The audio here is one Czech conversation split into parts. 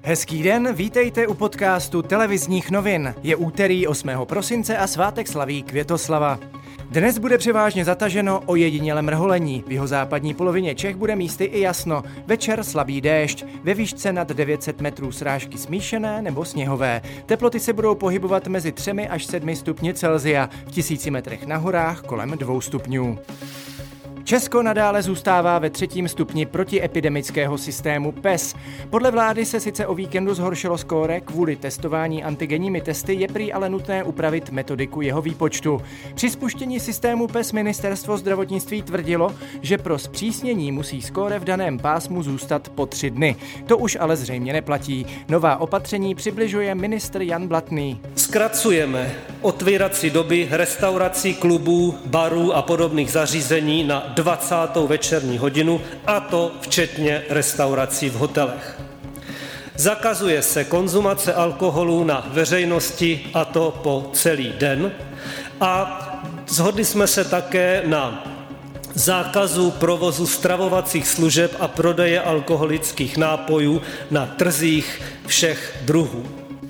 Hezký den, vítejte u podcastu televizních novin. Je úterý 8. prosince a svátek slaví Květoslava. Dnes bude převážně zataženo, ojediněle mrholení. V jihozápadní polovině Čech bude místy i jasno. Večer slabý déšť. Ve výšce nad 900 metrů srážky smíšené nebo sněhové. Teploty se budou pohybovat mezi 3 až 7 stupni Celsia. V 1000 metrech na horách kolem 2 stupňů. Česko nadále zůstává ve 3. stupni protiepidemického systému PES. Podle vlády se sice o víkendu zhoršilo skóre, kvůli testování antigenními testy je prý ale nutné upravit metodiku jeho výpočtu. Při spuštění systému PES ministerstvo zdravotnictví tvrdilo, že pro zpřísnění musí skóre v daném pásmu zůstat po 3 dny. To už ale zřejmě neplatí. Nová opatření přibližuje ministr Jan Blatný. Zkracujeme otvírací doby restaurací, klubů, barů a podobných zařízení na 20. večerní hodinu, a to včetně restaurací v hotelech. Zakazuje se konzumace alkoholu na veřejnosti, a to po celý den. A shodli jsme se také na zákazu provozu stravovacích služeb a prodeje alkoholických nápojů na trzích všech druhů.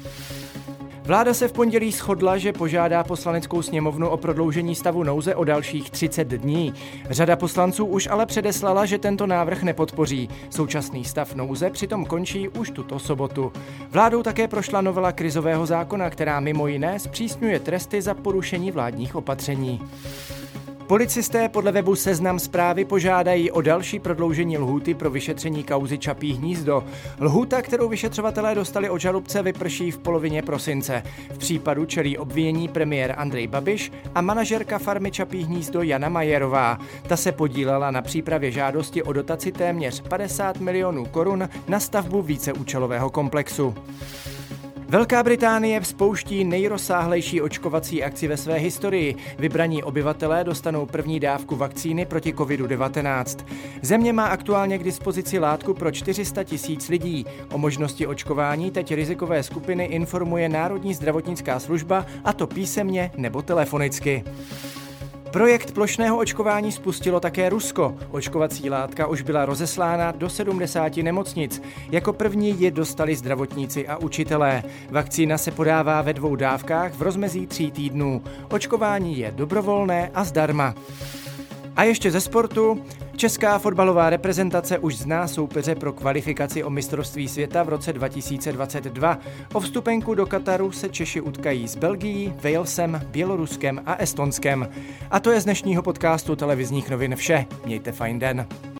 Vláda se v pondělí shodla, že požádá Poslaneckou sněmovnu o prodloužení stavu nouze o dalších 30 dní. Řada poslanců už ale předeslala, že tento návrh nepodpoří. Současný stav nouze přitom končí už tuto sobotu. Vládou také prošla novela krizového zákona, která mimo jiné zpřísňuje tresty za porušení vládních opatření. Policisté podle webu Seznam Zprávy požádají o další prodloužení lhůty pro vyšetření kauzy Čapí hnízdo. Lhůta, kterou vyšetřovatelé dostali od žalobce, vyprší v polovině prosince. V případu čelí obvinění premiér Andrej Babiš a manažerka farmy Čapí hnízdo Jana Majerová. Ta se podílela na přípravě žádosti o dotaci téměř 50 milionů korun na stavbu víceúčelového komplexu. Velká Británie spouští nejrozsáhlejší očkovací akci ve své historii. Vybraní obyvatelé dostanou první dávku vakcíny proti COVID-19. Země má aktuálně k dispozici látku pro 400 000 lidí. O možnosti očkování teď rizikové skupiny informuje Národní zdravotnická služba, a to písemně nebo telefonicky. Projekt plošného očkování spustilo také Rusko. Očkovací látka už byla rozeslána do 70 nemocnic. Jako první ji dostali zdravotníci a učitelé. Vakcína se podává ve 2 dávkách v rozmezí 3 týdnů. Očkování je dobrovolné a zdarma. A ještě ze sportu. Česká fotbalová reprezentace už zná soupeře pro kvalifikaci o mistrovství světa v roce 2022. O vstupenku do Kataru se Češi utkají s Belgií, Walesem, Běloruskem a Estonskem. A to je z dnešního podcastu televizních novin vše. Mějte fajn den.